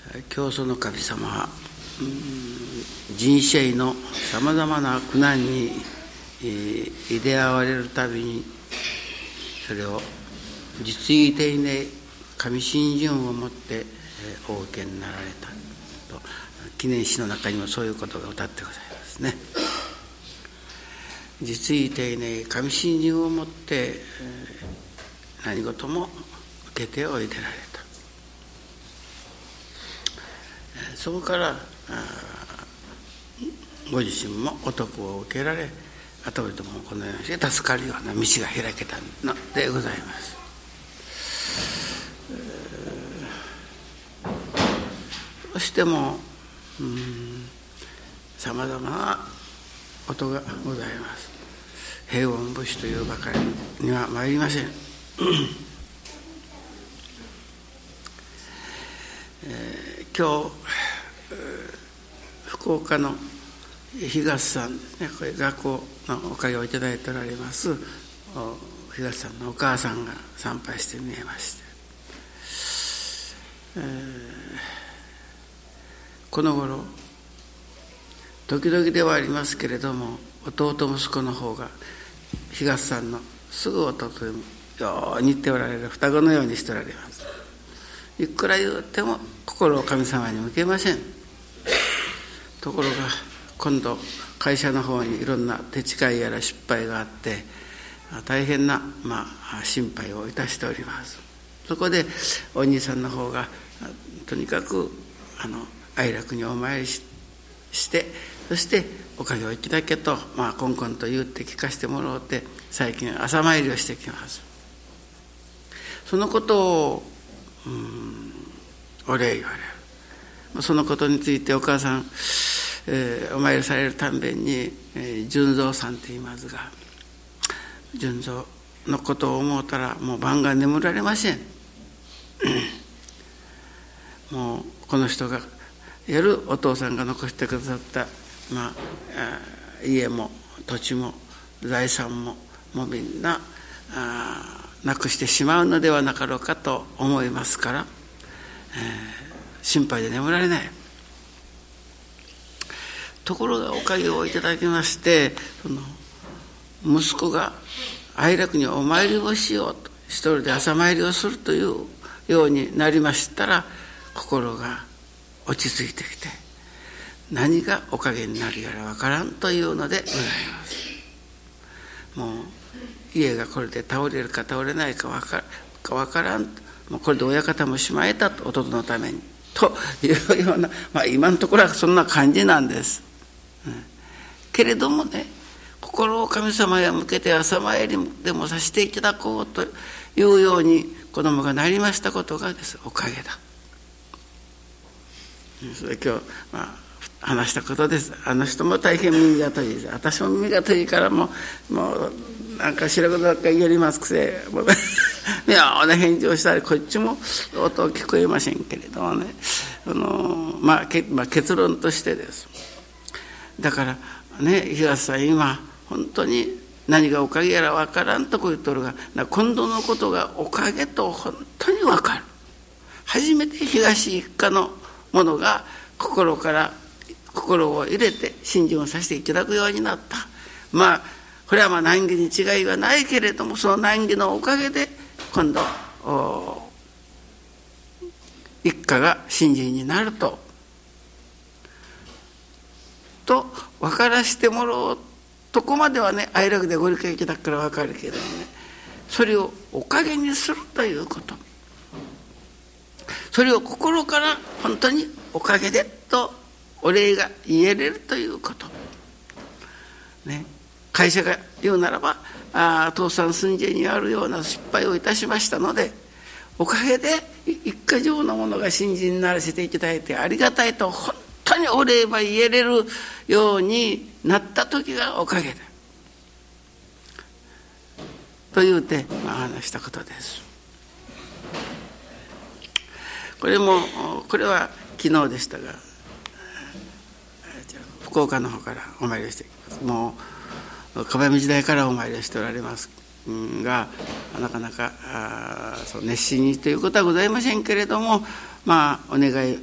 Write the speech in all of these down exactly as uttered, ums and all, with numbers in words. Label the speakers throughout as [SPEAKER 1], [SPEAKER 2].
[SPEAKER 1] 教祖の神様は人生のさまざまな苦難にいで合われるたびに、それを実意丁寧神信心をもってお受けになられたと、記念誌の中にもそういうことが歌ってございますね。実意丁寧神信心をもって何事も受けておいでられた。そこからご自身もお徳を受けられ、後々もこのようにして助かるような道が開けたのでございます。どうしてもさまざまなことがございます。平穏武士というばかりには参りません。えー、今日福岡の東さんですね、これ学校のおかげをいただいておられます東さんのお母さんが参拝して見えまして、えー、この頃時々ではありますけれども、弟息子の方が東さんのすぐ弟でもよう似ておられる双子のようにしておられます。いくら言っても心を神様に向けません。ところが今度会社の方にいろんな手違いやら失敗があって大変な、まあ、心配をいたしております。そこでお兄さんの方がとにかくあの哀楽にお参り し, してそしておかげをいただけと、まあ、こんこんと言って聞かせてもらおうて最近朝参りをしてきます。そのことをうんお礼言われる。そのことについてお母さん、えー、お参りされるたんびに、えー、純蔵さんと言いますが、純蔵のことを思うたらもう晩が眠られません。もうこの人がやるお父さんが残してくださった、まあ、家も土地も財産ももうみんなあなくしてしまうのではなかろうかと思いますから、えー、心配で眠られない。ところがおかげをいただきまして、その息子が哀楽にお参りをしようと一人で朝参りをするというようになりましたら、心が落ち着いてきて何がおかげになるやらわからんというのでございます。もう家がこれで倒れるか倒れないかわからかわからん、もうこれで親方もしまえたと、弟のためにというような、まあ、今のところはそんな感じなんです、うん、けれどもね、心を神様へ向けて朝参りでもさせていただこうというように子供がなりましたことがです、おかげだ。それ今日、まあ、話したことです。あの人も大変耳が遠いです。私も耳が遠いからもう、もうなんか白子ばっかりやりますくせ、妙な返事をしたり、こっちも音聞こえませんけれどもね、あの、まあけまあ、結論としてです。だからね、東さん今本当に何がおかげやら分からんとこ言っとるが、今度のことがおかげと本当に分かる。初めて東一家のものが心から心を入れて信心をさせていただくようになった。まあこれはまあ難儀に違いはないけれども、その難儀のおかげで今度一家が信心になるとと分からせてもらおうとこまではね、哀楽でご理解いただくから分かるけれどもね、それをおかげにするということ、それを心から本当におかげでとお礼が言えれるということね。会社が言うならば、あ倒産寸前にあるような失敗をいたしましたので、おかげで一家上のものが信心にならせていただいてありがたいと本当にお礼ば言えれるようになった時がおかげだと言うて、まあ、話したことです。これもこれは昨日でしたが、福岡の方からお参りをしていきます。もう鏡時代からお参りをしておられますが、なかなかあそう熱心にということはございませんけれども、まあお願い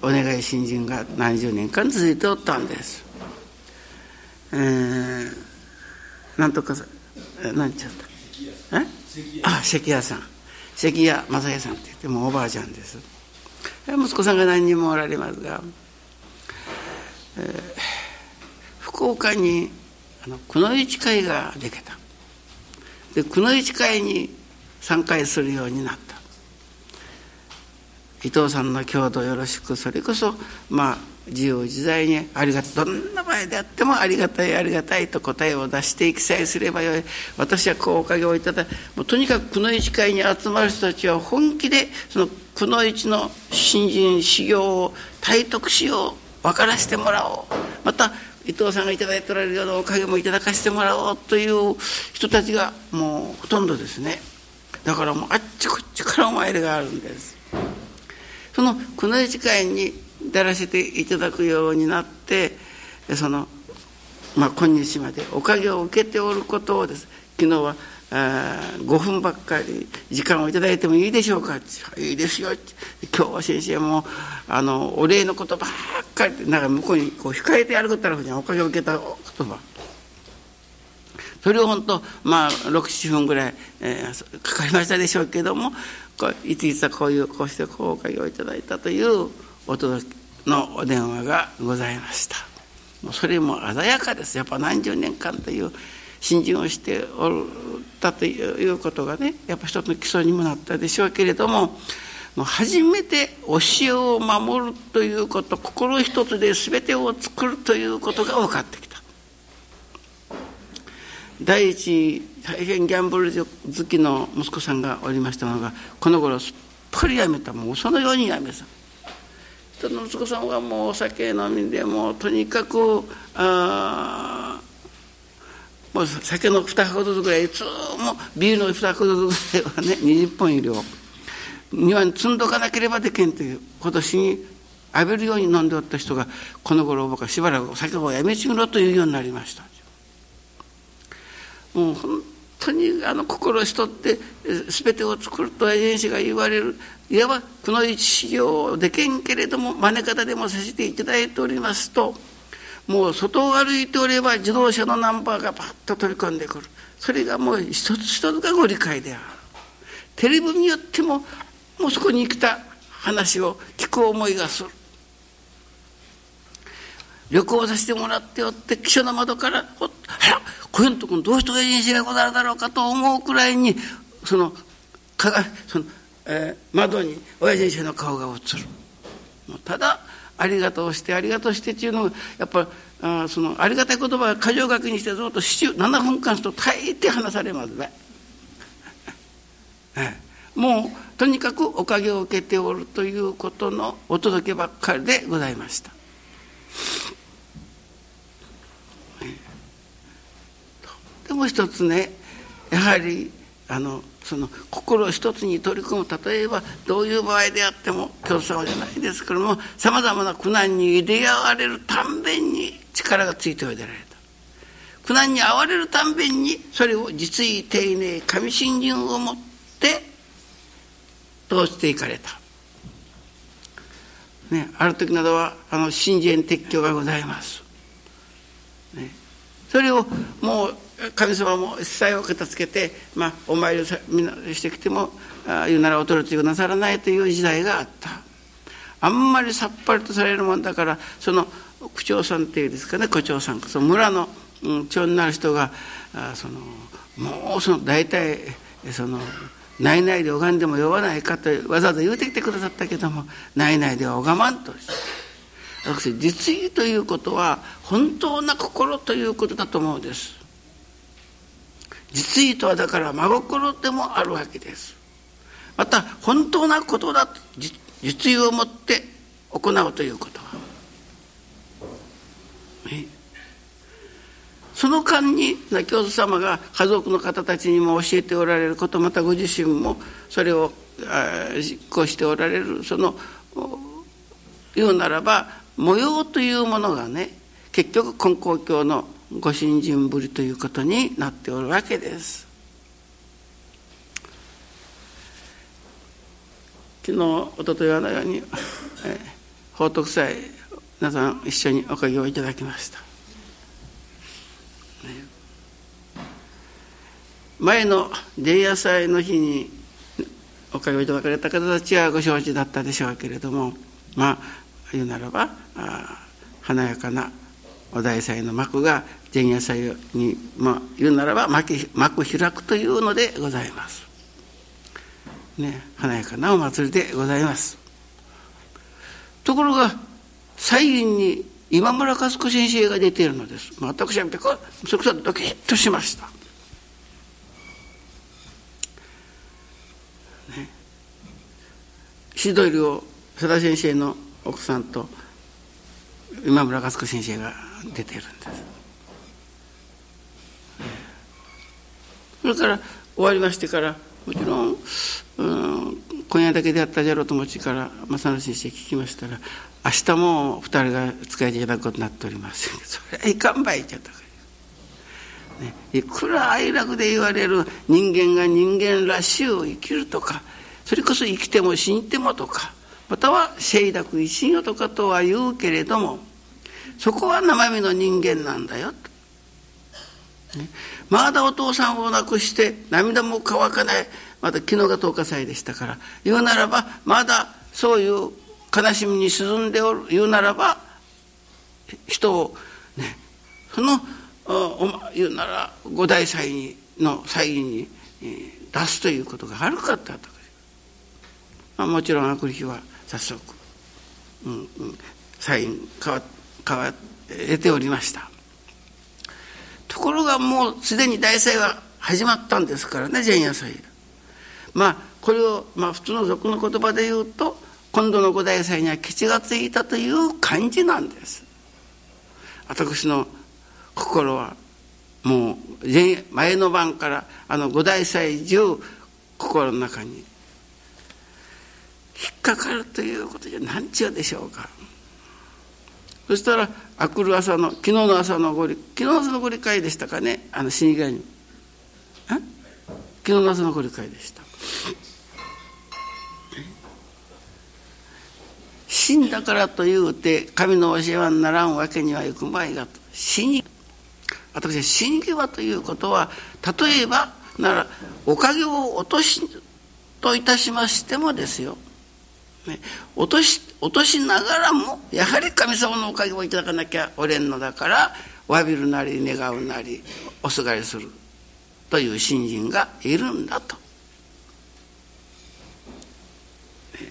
[SPEAKER 1] お願い信心が何十年間続いておったんです。えー、なんとかさ何ちゃったえあ関谷さん関谷正也さんって言ってもうおばあちゃんです。息子さんが何人もおられますが、えー、福岡にあのくのいち会ができた。でくのいち会に参加するようになった。伊藤さんの郷土よろしく、それこそまあ自由自在にありがたい、どんな場合であってもありがたいありがたいと答えを出していきさえすればよい。私はこうおかげをいただいて、もうとにかくくのいち会に集まる人たちは本気でそのくのいちの新人修行を体得しよう、分からせてもらおう、また伊藤さんがいただいておられるようなおかげもいただかせてもらおうという人たちがもうほとんどですね。だからもうあっちこっちからお参りがあるんです。そのくのいち会に出らせていただくようになって、そのまあ今日までおかげを受けておることをです。昨日はあごふんばっかり時間をいただいてもいいでしょうか。いいですよ。今日は先生もあのお礼の言葉ばっかりなんか向こうにこう控えてやることあるふうにおかげを受けた言葉、それを本当まあろく、ななふんぐらい、えー、かかりましたでしょうけども、こういついつはこういうこうしてこうおかげをいただいたというお届けのお電話がございました。もうそれも鮮やかです。やっぱ何十年間という信心をしておったということがね、やっぱ一つの基礎にもなったでしょうけれども、もう初めて教えを守るということ、心一つで全てを作るということが分かってきた。第一大変ギャンブル好きの息子さんがおりましたのが、この頃すっぱりやめた。もうそのようにやめた。その息子さんはもうお酒飲みでもうとにかくあもう酒のに箱ずつぐらい、いつもビールのに箱ずつぐらいはねにじゅっぽん入りを庭に積んどかなければできんという今年に浴びるように飲んでおった人が、この頃僕はしばらく酒をやめちぐろというようになりました。もう本当にあの心しとって全てを作ると英師が言われる、いわばくのいち修行でけんけれども真似方でもさせていただいておりますと、もう外を歩いておれば自動車のナンバーがパッと飛び込んでくる。それがもう一つ一つがご理解である。テレビによってももうそこに来た話を聞く思いがする。旅行させてもらっておって汽車の窓からほっあらこういうところどうして親父がござるだろうかと思うくらいにそのかがその、えー、窓に親父の顔が映る。もうただありがとうしてありがとうしてっていうのがやっぱりあそのありがたい言葉を箇条書きにしてずっとななふんかんすると大抵話されますね。もうとにかくおかげを受けておるということのお届けばっかりでございました。でも一つね、やはりあのその心一つに取り組む、例えばどういう場合であっても教祖様じゃないですけども、さまざまな苦難に出会われるたんびに力がついておいでられた。苦難に遭われるたんびにそれを実意丁寧神信心を持って通していかれた、ね、ある時などはあの信心撤去がございます、ね、それをもう神様も一切を片付けて、まあ、お参りをみんなしてきてもあ言うならお取り次ぎなさらないという時代があった。あんまりさっぱりとされるもんだから、その区長さんっていうんですかね、区長さんその村の、うん、長になる人があそのもうその大体その内々で拝んでも酔わないかとわざわざ言うてきてくださったけども、内々では拝まんと。私実意ということは本当な心ということだと思うんです。実意とはだから真心でもあるわけです。また本当なことだと実意を持って行うということは、ね、その間に教祖様が家族の方たちにも教えておられること、またご自身もそれを実行しておられる、その言うならば模様というものがね、結局金光教のご信心ぶりということになっておるわけです。昨日おとといのように、え宝徳祭皆さん一緒におかげをいただきました、ね、前の前夜祭の日におかげをいただかれた方たちはご承知だったでしょうけれども、まあ言うならばあ華やかなお大祭の幕が前夜祭に、まあ、言うならば幕開くというのでございます、ね、華やかなお祭りでございます。ところが祭院に今村勝子先生が出ているのです。私はそこそドキッとしました、ね、シドイルを佐田先生の奥さんと今村勝子先生が出ているんです。それから終わりましてからもちろん、うん、今夜だけであったじゃろうと思ちから正野先生聞きましたら、明日も二人が使えていただくことになっております。それはいかんばいちゃったから、ね、いくら哀楽で言われる人間が人間らしゅう生きるとか、それこそ生きても死んでもとか、または清濁一心よとかとは言うけれども、そこは生身の人間なんだよと、ね、まだお父さんを亡くして涙も乾かない、まだ昨日が十日祭でしたから、言うならばまだそういう悲しみに沈んでおる、言うならば人をね、その言うなら五大祭の祭に出すということがあるかったとか、まあ、もちろんあくる日は早速、うんうん、祭院変わ変わ得ておりました。ところがもうすでに大祭は始まったんですからね、前夜祭。まあこれを、まあ、普通の俗の言葉で言うと、今度の五大祭には吉がついたという感じなんです。私の心はもう前の晩からあの五大祭中心の中に引っかかるということじゃ何ちゅうでしょうか。そしたらあくる朝の昨日の朝のご理昨日の朝のご理解でしたかね、あの死に際に昨日の朝のご理解でした。死んだからというて神の教えはならんわけにはいくまいがと。死に私は死に際ということは、例えばならおかげを落としといたしましてもですよ、ね、落とし落としながらもやはり神様のおかげをいただかなきゃおれんのだから、詫びるなり願うなりおすがりするという信心がいるんだと、ね、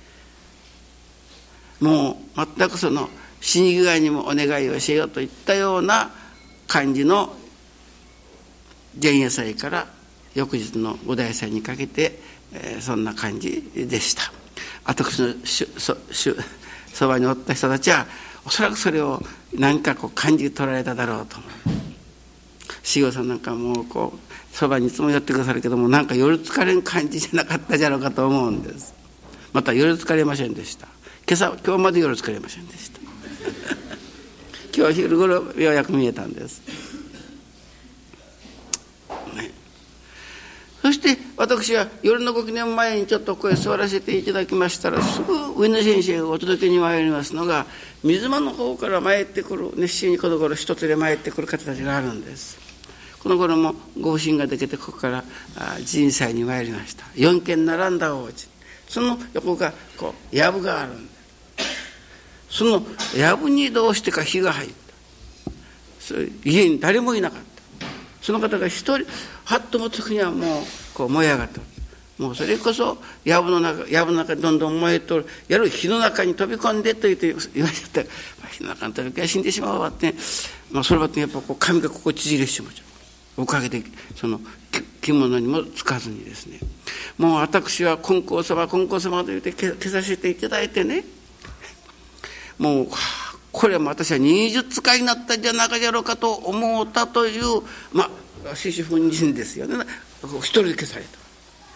[SPEAKER 1] もう全くその死に際にもお願いをしようといったような感じの前夜祭から翌日の五大祭にかけて、えー、そんな感じでした。私のそ, そばにおった人たちはおそらくそれを何かこう感じ取られただろうと思う。志陽さんなんかもうこうそばにいつも寄ってくださるけども、なんか夜疲れん感じじゃなかったじゃろうかと思うんです。また夜疲れませんでした。今朝今日まで夜疲れませんでした。今日昼頃ようやく見えたんです、ね、そして私は夜のご記念前にちょっとここへ座らせていただきましたら、すぐ上野先生がお届けに参りますのが、水間の方から参ってくる、熱心にこの頃一つで参ってくる方たちがあるんです。この頃もご不審ができて、ここから人祭に参りました。四軒並んだお家、その横がこう藪があるんです。その藪にどうしてか火が入った。それ家に誰もいなかった。その方が一人はっともつくにはもうこう燃え上がった。もうそれこそ藪の中藪の中にどんどん燃えとる、やる火の中に飛び込んでと言って言われちゃったら、まあ、火の中に飛び込んで死んでしまうわって、ね、まあ、それはってやっぱこう髪がここ縮れしてしまう。おかげでその着物にもつかずにですね、もう私は金光様金光様と言って消させていただいてね、もうこれは私は二十使いになったんじゃなかじゃろうかと思ったという、まあ獅子奮陣ですよね。一人で消された。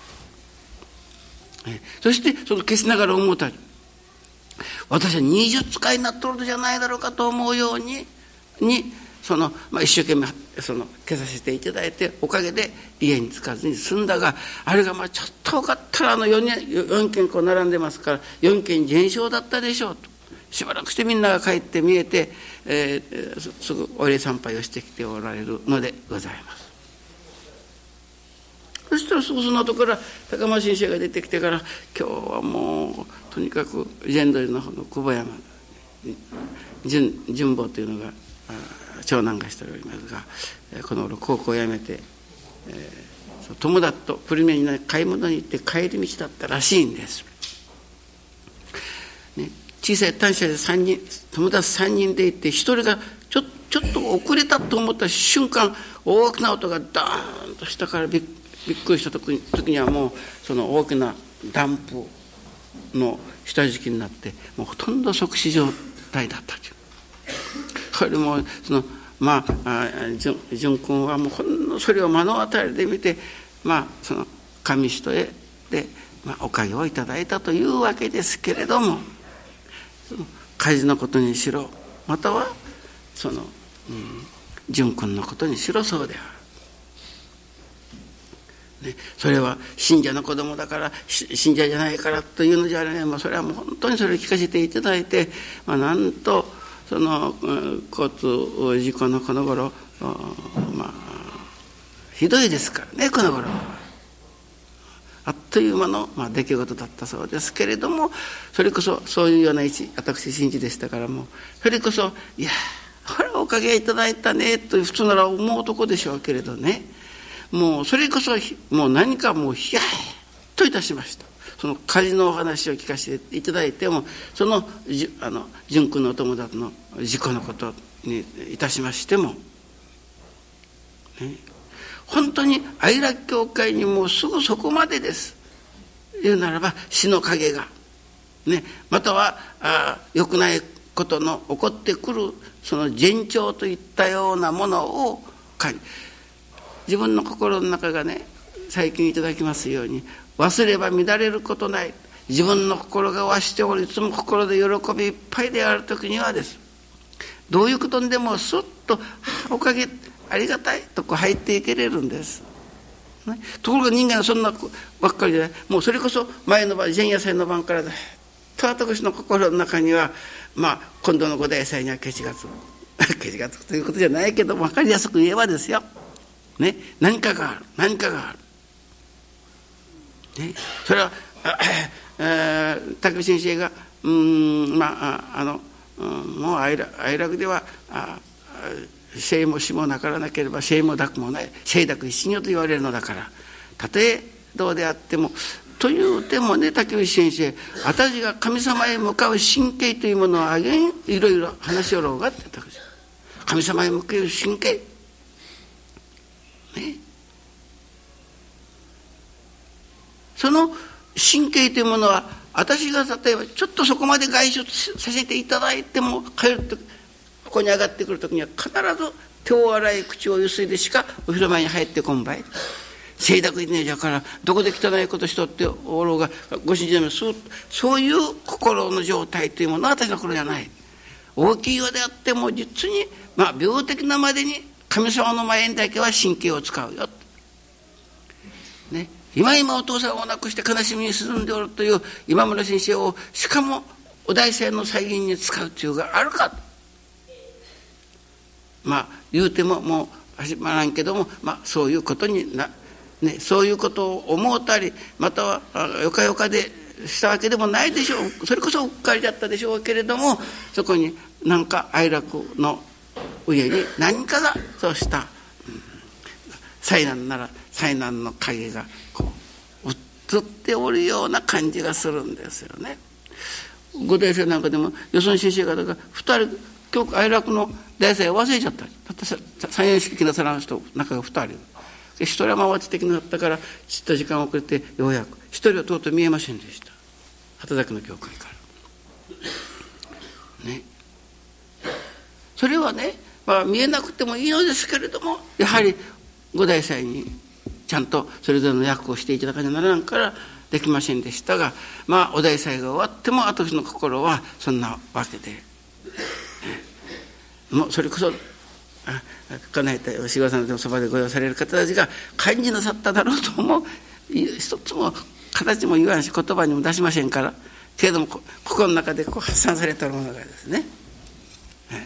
[SPEAKER 1] そしてその消しながら思ったり、私は二十使いになっとるじゃないだろうかと思うようににその、まあ、一生懸命その消させていただいて、おかげで家に着かずに済んだが、あれがまあちょっと分かったらあの 4, 4件こう並んでますから、よんけん全焼だったでしょうと。 しばらくしてみんなが帰って見えて、えー、すぐお礼参拝をしてきておられるのでございます。そしたらすぐその後から高間先生が出てきてから、今日はもうとにかく禅道の方の久保山純純坊というのが長男がしておりますが、この頃高校を辞めて、えー、友達とプリメに、ね、買い物に行って帰り道だったらしいんです、ね、小さい単車でさんにん、友達さんにんで行って、ひとりがちょちょっと遅れたと思った瞬間、大きな音がダーンと下からびっびっくりした時に、時にはもうその大きなダンプの下敷きになって、もうほとんど即死状態だったという。これもそのまあ純君はもうほんのそれを目の当たりで見て、まあその神人へで、まあ、おかげをいただいたというわけですけれども、その火事のことにしろ、またはその、うん、純君のことにしろそうである。ね、それは信者の子供だから信者じゃないからというのじゃない、まあ、それはもう本当にそれを聞かせていただいて、まあ、なんとその交通事故のこの頃、まあひどいですからね、この頃はあっという間の、まあ、出来事だったそうですけれども、それこそそういうような一私信じでしたから、もうそれこそいやこれはおかげいただいたねと普通なら思うとこでしょうけれどね、もうそれこそもう何かもうヒヤッといたしました。その火事のお話を聞かせていただいても、そのあの純君のお友達の事故のことにいたしましても、ね、本当に愛楽教会にもうすぐそこまでです。言うならば死の影が、ね、またはあ良くないことの起こってくるその前兆といったようなものを感じ、自分の心の中がね、最近いただきますように、忘れば乱れることない、自分の心が沸しており、いつも心で喜びいっぱいである時にはです、どういうことにでもすっとおかげありがたいとこう入っていけれるんです、ね、ところが人間はそんなばっかりで、もうそれこそ前の晩前夜祭の晩からだと私の心の中には、まあ今度の五大祭にはケチがつくケチがつくということじゃないけど、分かりやすく言えばですよ、ね、何かがある何かがある、ね、それは武先生がうーんまああの、うん、もう愛楽、愛楽ではあ生も死もなからなければ生も楽もない、生楽一如と言われるのだから、たとえどうであってもというてもね、竹内先生、私が神様へ向かう神経というものをあげんいろいろ話しよろうがって、神様へ向かう神経、ね、その神経というものは、私が例えばちょっとそこまで外出させていただいても、帰るとここに上がってくるときには必ず手を洗い口をゆすいでしかお風呂前に入ってこんばい。清濁いねじゃからどこで汚いことしとっておろうがご信じのそうそういう心の状態というものは私の心じゃない。大きいようであっても実に、まあ、病的なまでに神様の前にだけは神経を使うよ、ね、今今お父さんを亡くして悲しみに沈んでおるという今村先生をしかもお大生の再現に使うというがあるか、まあ言うてももう始まらんけども、まあそういうことにな、ね、そういうことを思うたり、またはよかよかでしたわけでもないでしょう。それこそうっかりだったでしょうけれども、そこに何か愛楽の上に何かがそうした、うん、災難なら災難の影がこう映っておるような感じがするんですよね。ご大生なんかでもよその先生方がふたり今日愛楽の大生忘れちゃった。たった三四式なさらん人中がふたりで、一人は回って的になったからちょっと時間遅れてようやく一人はとうとう見えませんでした。畑崎の教会からね。それはね、まあ、見えなくてもいいのですけれども、やはり五大祭にちゃんとそれぞれの役をしていただかにならんからできませんでしたが、まあお大祭が終わっても私の心はそんなわけで、もうそれこそかなえた吉川さんのそばでご用される方たちが感じなさっただろうと思う。一つも形も言わんし言葉にも出しませんから、 けれども心の中でこう発散されたものがですね、はい、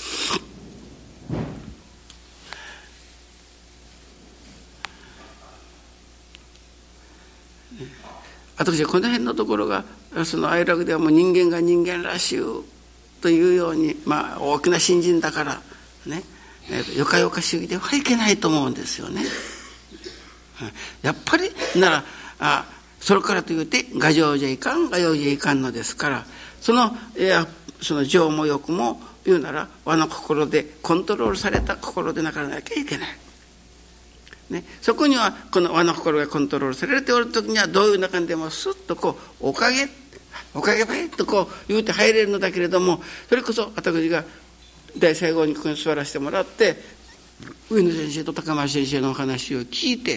[SPEAKER 1] 私はこの辺のところがその哀楽ではもう人間が人間らしゅうというように、まあ大きな信心だからね、よかよか主義ではいけないと思うんですよね。やっぱりならあそれからというて我情じゃいかん我用じゃいかんのですから、そのいやその情も欲も言うなら我の心でコントロールされた心でなからなきゃいけない。ね、そこにはこの我の心がコントロールされておる時にはどういう中でもスッとこうおかげおかげばいとこう言うて入れるのだけれども、それこそ私が大最後にここに座らせてもらって上野先生と高松先生のお話を聞いて、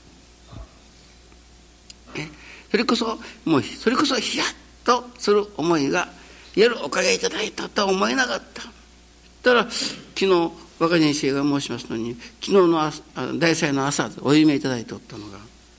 [SPEAKER 1] ね、それこそもうそれこそヒヤッとする思いがいわゆるおかげいただいたとは思えなかった。だから昨日若先生が申しますのに、昨日の朝大祭の朝お夢いただいておったのが、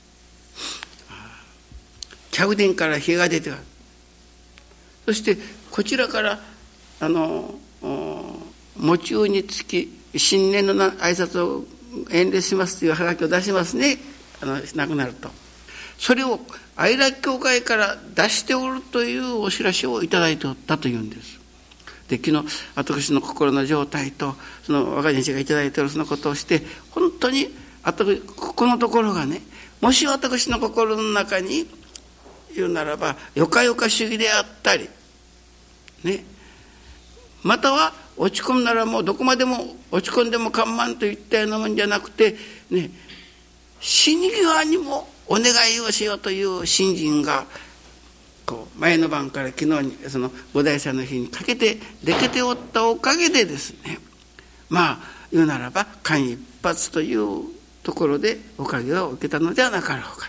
[SPEAKER 1] 客殿から火が出てある。そしてこちらからあの喪中につき新年の挨拶を遠慮しますというはがきを出しますね、あの亡くなると。それを愛楽教会から出しておるというお知らせをいただいておったというんです。で昨日私の心の状態とその若い先生がいただいているそのことをして、本当に私ここのところがね、もし私の心の中に言うならばよかよか主義であったりね、または落ち込むならもうどこまでも落ち込んでも構わんといったようなもんじゃなくてね、死に際にもお願いをしようという信心がこう前の晩から昨日にその五大祭の日にかけてできておったおかげでですね、まあ言うならば間一髪というところでおかげを受けたのではなかろうか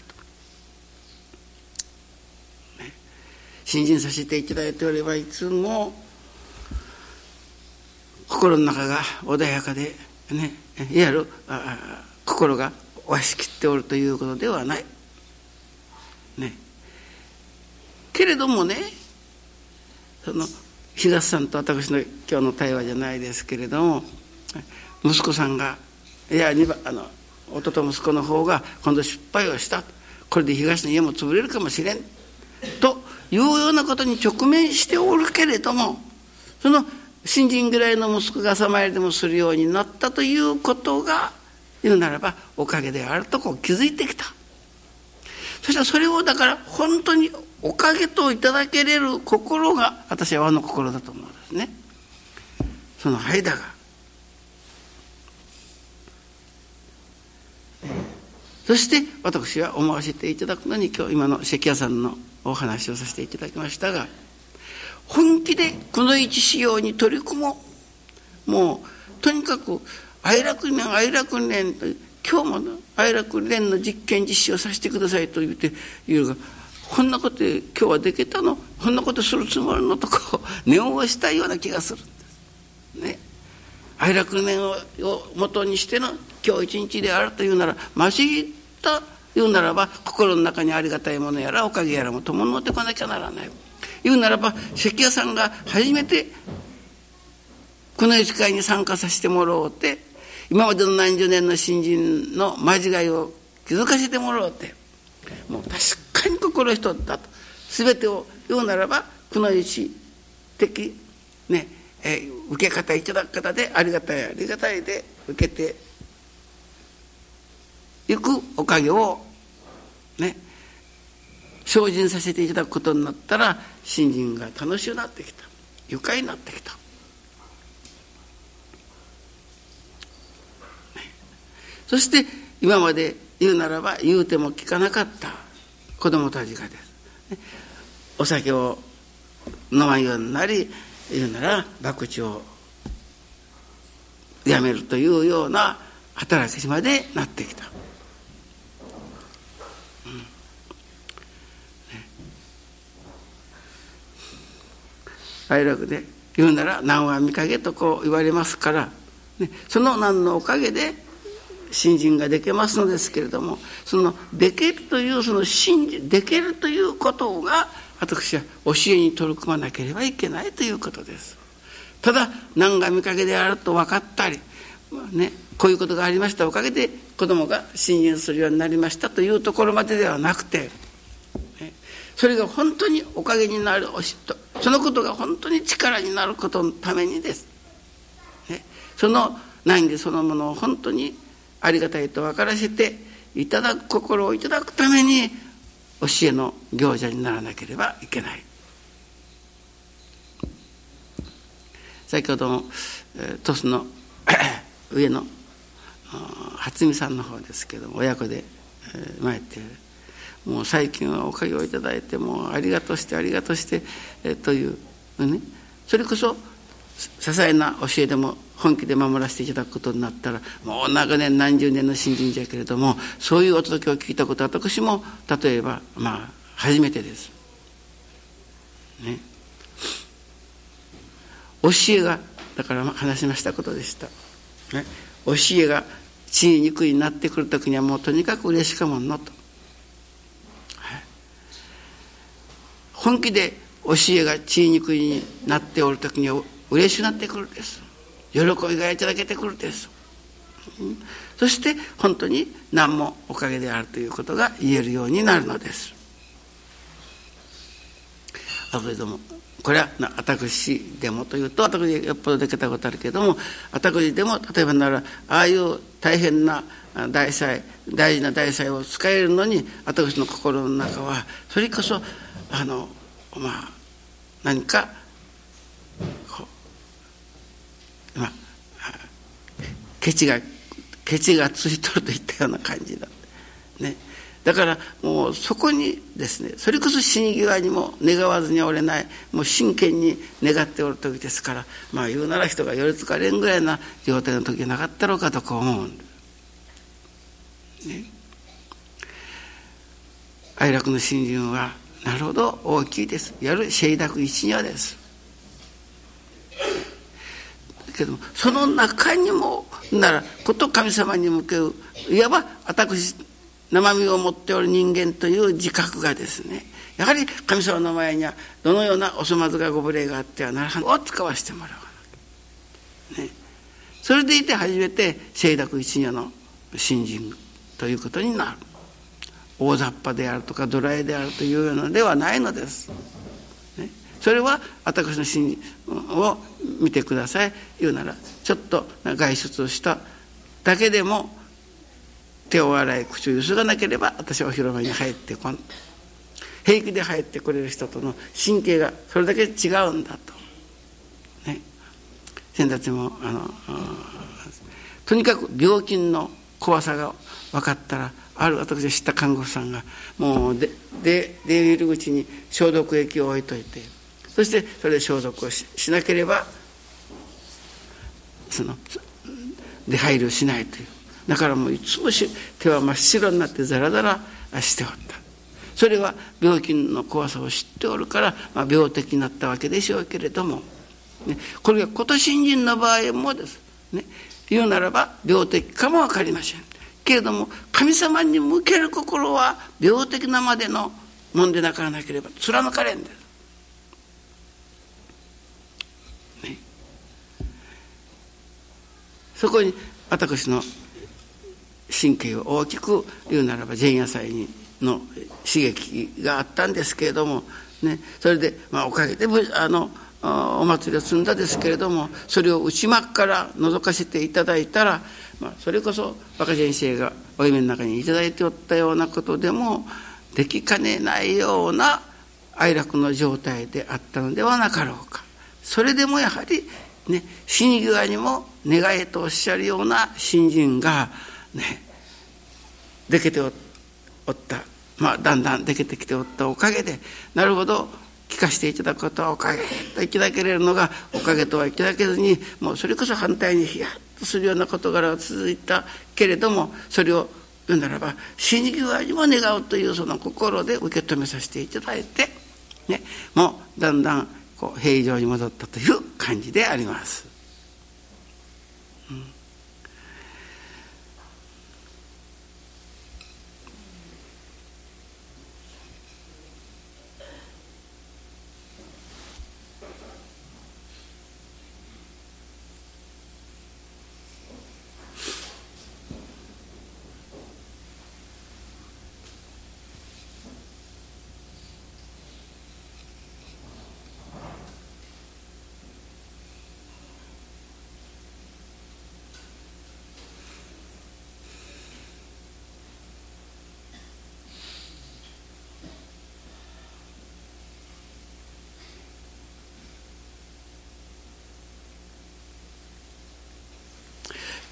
[SPEAKER 1] と、ね、信心させていただいておればいつも心の中が穏やかでね、いわゆる心がわしきっておるということではないね。けれどもね、その東さんと私の今日の対話じゃないですけれども、息子さんがいやにばあの夫と息子の方が今度失敗をした、これで東の家も潰れるかもしれんというようなことに直面しておるけれども、その新人ぐらいの息子が朝参りでもするようになったということが言うならばおかげであるとこう気づいてきた。そしたらそれをだから本当におかげといただけれる心が私は和の心だと思うんですね。その間がそして私は思わせていただくのに今日今の関谷さんのお話をさせていただきましたが、本気でこの一修行に取り組もう。もうとにかく愛楽連愛楽連と今日もの愛楽連の実験実施をさせてくださいと言って言うが、こんなこと今日はできたの、こんなことするつもりのとこ念をしたいような気がするんですね。愛楽連を元にしての今日一日であるというなら、ましった言うならば心の中にありがたいものやらおかげやらも伴ってこなきゃならない。言うならば関谷さんが初めてこの一会に参加させてもらおうて、今までの何十年の新人の間違いを気づかせてもらおうて、もう確かに心一つだと全てを言うならばこの一的ね、えー、受け方いただく方でありがたいありがたいで受けていくおかげをね精進させていただくことになったら、新人が楽しくなってきた、愉快になってきた、ね、そして今まで言うならば言うても聞かなかった子供たちがです、ね、お酒を飲まんようになり、言うなら博打をやめるというような働きまでなってきた。愛楽で言うなら難は見かけとこう言われますから、ね、その難のおかげで信心ができますのですけれども、そのできるというその信じできるということが私は教えに取り組まなければいけないということです。ただ何が見かけであると分かったり、ね、こういうことがありましたおかげで子供が信心するようになりましたというところまでではなくて、ね、それが本当におかげになるそのことが本当に力になることのためにです、ね、その難儀そのものを本当にありがたいと分からせていただく心をいただくために教えの行者にならなければいけない。先ほどの鳥栖の上の初見さんの方ですけども、親子で参ってもう最近はおかげをいただいてもうありがとしてありがとしてというね、それこそ些細な教えでも本気で守らせていただくことになったらもう長年何十年の信心者けれども、そういうお届けを聞いたことは私も例えばまあ初めてです、ね、教えがだから話しましたことでした、ね、教えが血肉になってくるときにはもうとにかく嬉しかもんのと、はい、本気で教えが血肉になっておるときには嬉しくなってくるです。喜びがいただけてくるです、うん、そして本当に何もおかげであるということが言えるようになるのです。あそれともこれは私でもというと私よっぽどできたことあるけども、私でも例えばならああいう大変な大祭大事な大祭を使えるのに私の心の中はそれこそあのまあ何かこうまあケチがケチがついとるといったような感じだね。だからもうそこにですね、それこそ死に際にも願わずにおれない、もう真剣に願っておる時ですから、まあ言うなら人が寄りつかれんぐらいな状態の時はなかったろうかとこう思うんです、ね、哀楽の信心はなるほど大きいです。やる清濁一如です。けどもその中にもならこと神様に向けるいわば私生身を持っておる人間という自覚がですね、やはり神様の前にはどのようなお粗末がご無礼があってはならないを使わせてもらう、ね、それでいて初めて清濁一如の信心ということになる。大雑把であるとかドライであるというようなのではないのです、ね、それは私の信心を見てください。言うならちょっと外出をしただけでも手を洗い口をゆすがなければ私はお広間に入ってこん。平気で入ってくれる人との神経がそれだけ違うんだと、ね、先達もあのとにかく病気の怖さが分かったら、ある私が知った看護師さんがもうでで出入り口に消毒液を置いといて、そしてそれで消毒を し, しなければその出入りをしないという。だからもういつも手は真っ白になってザラザラしておった。それは病気の怖さを知っておるから、まあ、病的になったわけでしょうけれども、ね、これがこと信心の場合もです、ね、言うならば病的かも分かりませんけれども、神様に向ける心は病的なまでのもんでなからなければ貫かれんです、ね、そこに私の神経を大きく言うならば前夜祭の刺激があったんですけれども、ね、それで、まあ、おかげであのお祭りを済んだですけれども、それを内幕から覗かせていただいたら、まあ、それこそ若先生がお夢の中にいただいておったようなことでもできかねないような哀楽の状態であったのではなかろうか。それでもやはり、ね、死に際にも願えとおっしゃるような信心がね、できておった、まあ、だんだんできてきておったおかげで、なるほど聞かせていただくことはおかげといただけれるのがおかげとはいただけずに、もうそれこそ反対にヒヤッとするような事柄が続いたけれども、それを言うならば死に際にも願うというその心で受け止めさせていただいて、ね、もうだんだんこう平常に戻ったという感じであります。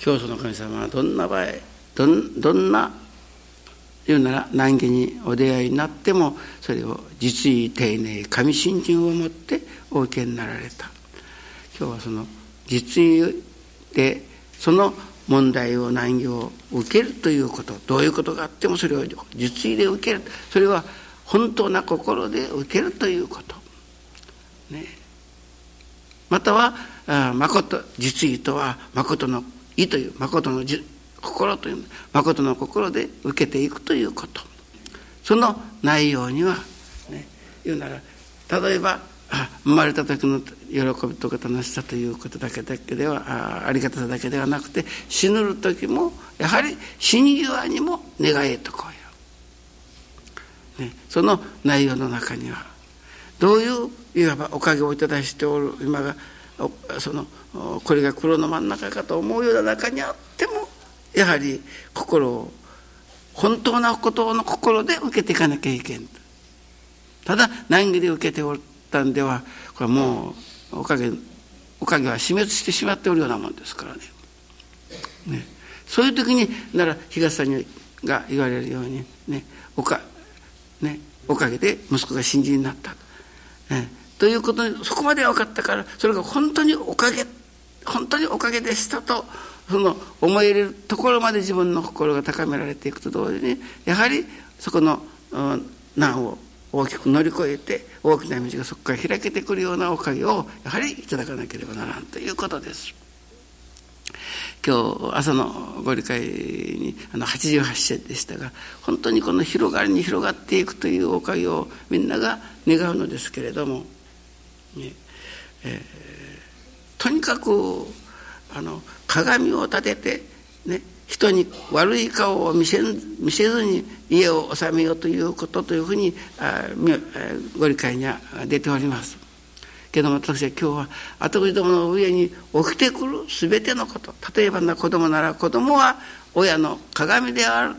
[SPEAKER 1] 教祖の神様はどんな場合、どんどんな言うなら難儀にお出会いになっても、それを実意丁寧神信心を持ってお受けになられた。今日はその実意でその問題を難儀を受けるということ、どういうことがあってもそれを実意で受ける、それは本当な心で受けるということね。または誠、実意とは誠の意という、誠の心という、誠の心で受けていくということ。その内容には、ね、言うなら、例えば生まれた時の喜びとか楽しさということだけだけでは あ, ありがたさだけではなくて、死ぬる時もやはり死に際にも願えとこうよ、ね、その内容の中にはどういういわばおかげをいただしておる今がそのこれが苦労の真ん中かと思うような中にあっても、やはり心を本当なことの心で受けていかなきゃいけん。ただ難儀で受けておったんでは、これはもうおかげおかげは死滅してしまっておるようなもんですからね。ね、そういう時になら東さんが言われるようにね、おかねおかげで息子が信心になった、ね、ということにそこまで分かったから、それが本当におかげ本当におかげでしたとその思えるところまで自分の心が高められていくと同時に、やはりそこの、うん、難を大きく乗り越えて大きな道がそこから開けてくるようなおかげをやはりいただかなければならんということです。今日朝のご理解にあのはちじゅうはちせんでしたが、本当にこの広がりに広がっていくというおかげをみんなが願うのですけれども、ねえー、とにかくあの鏡を立ててね、人に悪い顔を見せ見せずに家を治めようということというふうにあご理解には出ておりますけども、私は今日は後子どもの上に起きてくるすべてのこと、例えばな子供なら子供は親の鏡である、ね、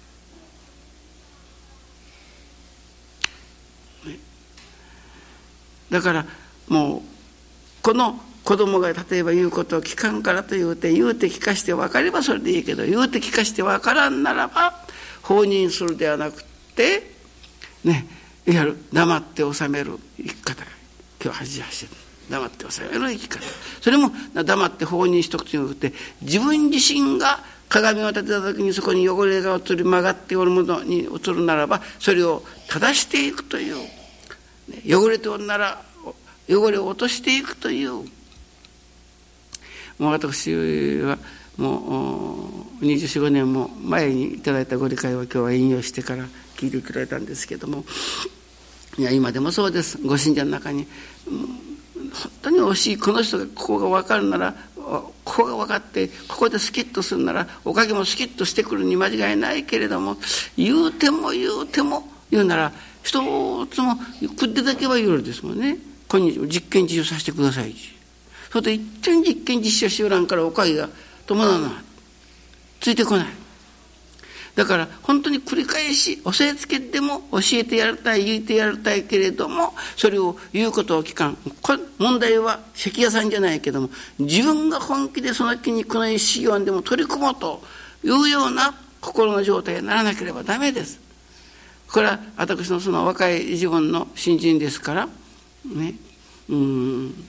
[SPEAKER 1] だからもうこの子供が例えば言うことを聞かんからと言うて言うて聞かして分かればそれでいいけど、言うて聞かして分からんならば放任するではなくてね、いわゆる黙って収める生き方が今日はちじゅうはちせん黙って収める生き方、それも黙って放任しとくというので、自分自身が鏡を立てた時にそこに汚れが映り曲がっておるものに映るならばそれを正していくという、汚れておるなら汚れを落としていくという、もう私はもうにじゅうよん、ごねんも前にいただいたご理解を今日は引用してから聞いてくれたんですけども、いや今でもそうです。ご信者の中に本当に惜しいこの人がここが分かるならここが分かってここでスキッとするならおかげもスキッとしてくるに間違いないけれども、言うても言うても言うなら一つも食ってだけは言うですもんね。今日実験実習させてください。それと一点実験実習しよらんからおかげが伴わない、ついてこない。だから本当に繰り返し教えつけても教えてやりたい言ってやりたいけれども、それを言うことを聞かん。これ問題は関屋さんじゃないけども、自分が本気でその気にこの修行にでも取り組もうというような心の状態にならなければダメです。これは私のその若い自分の新人ですからね、うーん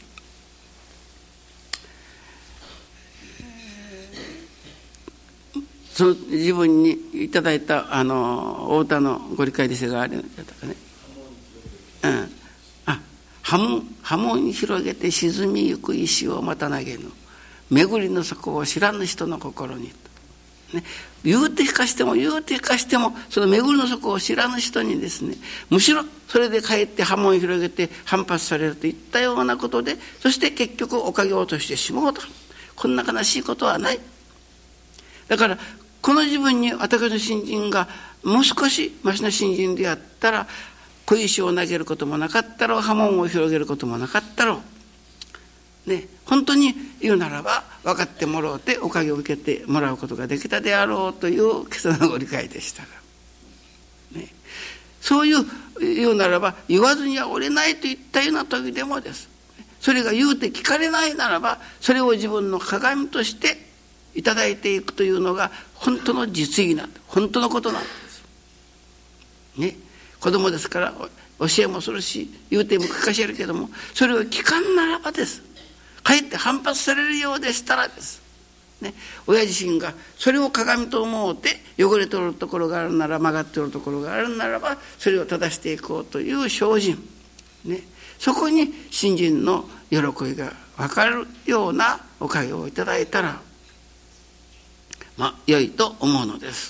[SPEAKER 1] その自分にいただいたあのお歌のご理解ですがあれだったかね、うん、あ波紋波紋広げて沈みゆく石をまた投げぬ巡りの底を知らぬ人の心に、ね、言うて聞かしても言うて聞かしてもその巡りの底を知らぬ人にですね、むしろそれでかえって波紋を広げて反発されるといったようなことで、そして結局おかげを落としてしまうと、こんな悲しいことはない。だからこの自分に私の信心がもう少しマシな信心であったら、小石を投げることもなかったろう、波紋を広げることもなかったろう、ね、本当に言うならば分かってもらうておかげを受けてもらうことができたであろうという今朝のご理解でしたが、ね、そういう言うならば言わずにはおれないといったような時でもです、それが言うて聞かれないならばそれを自分の鏡としていただいていくというのが本当の実意なんだ、本当のことなんです、ね、子供ですから教えもするし言うても聞かせるけども、それを聞かんならばです、かえって反発されるようでしたらです、ね、親自身がそれを鏡と思うて汚れとるところがあるなら、曲がっておるところがあるならばそれを正していこうという精進、ね、そこに信心の喜びが分かるようなおかげをいただいたらまあ良いと思うのです、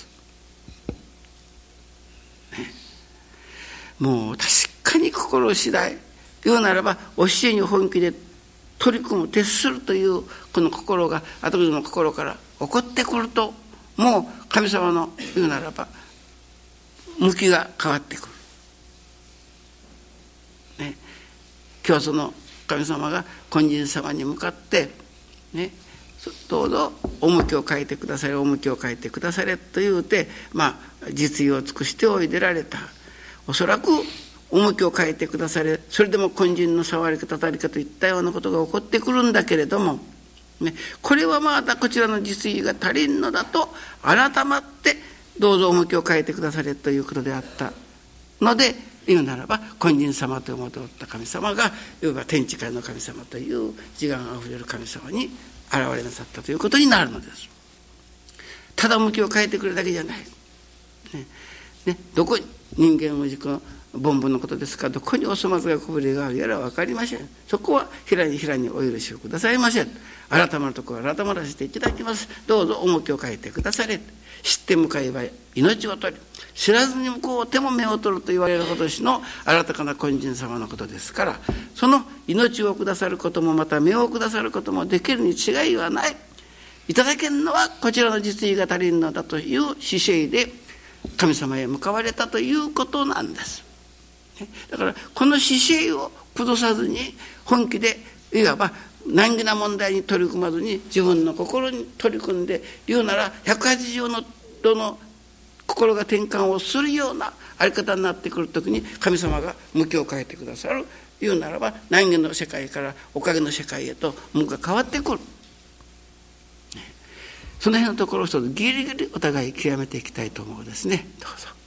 [SPEAKER 1] ね、もう確かに心次第、言うならば教えに本気で取り組む、徹するというこの心が後々の心から起こってくると、もう神様の言うならば向きが変わってくる、ね、今日その神様が金神様に向かってね、どうぞお向きを変えてくだされ、お向きを変えてくだされと言うて、まあ実意を尽くしておいでられた。おそらくお向きを変えてくだされ、それでも金神の触りかたたりかといったようなことが起こってくるんだけれども、ね、これはまだこちらの実意が足りんのだと改まってどうぞお向きを変えてくだされということであったので、言うならば金神様と思っておった神様がいわば天地界の神様という慈願あふれる神様に現れなさったということになるのです。ただ向きを変えてくれるだけじゃない、ねね、どこに人間無軸の凡夫のことですから、どこにお粗末がこぶれがあるやら分かりません。そこは平に平にお許しをくださいませ。改まるところは改まらせていただきます。どうぞお向きを変えてくだされ。知って向かえば命を取り、知らずに向こうても目を取ると言われるほどしの新たかな金神様のことですから、その命をくださることもまた目をくださることもできるに違いはない。いただけるのはこちらの実意が足りるのだという姿勢で神様へ向かわれたということなんです。だからこの姿勢を崩さずに本気でいわば難儀な問題に取り組まずに自分の心に取り組んで、言うならひゃくはちじゅうどの心が転換をするようなあり方になってくるときに神様が向きを変えてくださる。言うならば難儀の世界からおかげの世界へと向きが変わってくる。その辺のところを一つギリギリお互い極めていきたいと思うですね。どうぞ。